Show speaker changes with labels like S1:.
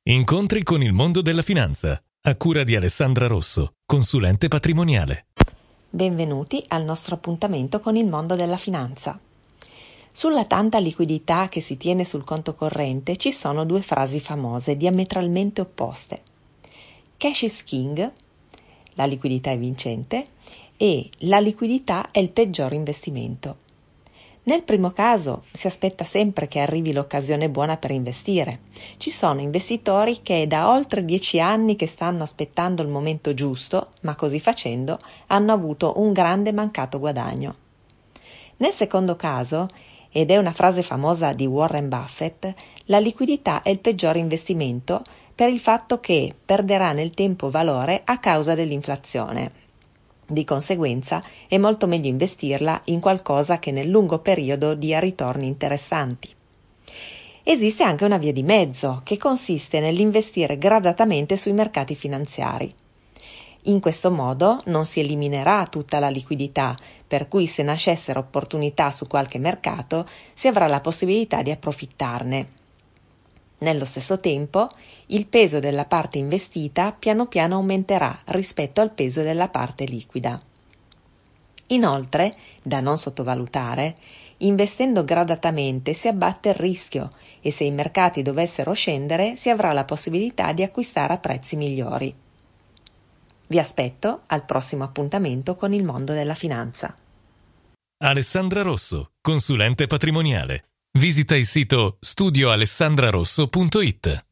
S1: Incontri con il mondo della finanza, a cura di Alessandra Rosso, consulente patrimoniale.
S2: Benvenuti al nostro appuntamento con il mondo della finanza. Sulla tanta liquidità che si tiene sul conto corrente ci sono due frasi famose diametralmente opposte. Cash is king, la liquidità è vincente, e la liquidità è il peggior investimento. Nel primo caso si aspetta sempre che arrivi l'occasione buona per investire. Ci sono investitori che da oltre 10 anni che stanno aspettando il momento giusto, ma così facendo hanno avuto un grande mancato guadagno. Nel secondo caso, ed è una frase famosa di Warren Buffett, la liquidità è il peggior investimento per il fatto che perderà nel tempo valore a causa dell'inflazione. Di conseguenza è molto meglio investirla in qualcosa che nel lungo periodo dia ritorni interessanti. Esiste anche una via di mezzo, che consiste nell'investire gradatamente sui mercati finanziari. In questo modo non si eliminerà tutta la liquidità, per cui se nascessero opportunità su qualche mercato si avrà la possibilità di approfittarne. Nello stesso tempo, il peso della parte investita piano piano aumenterà rispetto al peso della parte liquida. Inoltre, da non sottovalutare, investendo gradatamente si abbatte il rischio e se i mercati dovessero scendere si avrà la possibilità di acquistare a prezzi migliori. Vi aspetto al prossimo appuntamento con il mondo della finanza.
S1: Alessandra Rosso, consulente patrimoniale. Visita il sito studioalessandrarosso.it.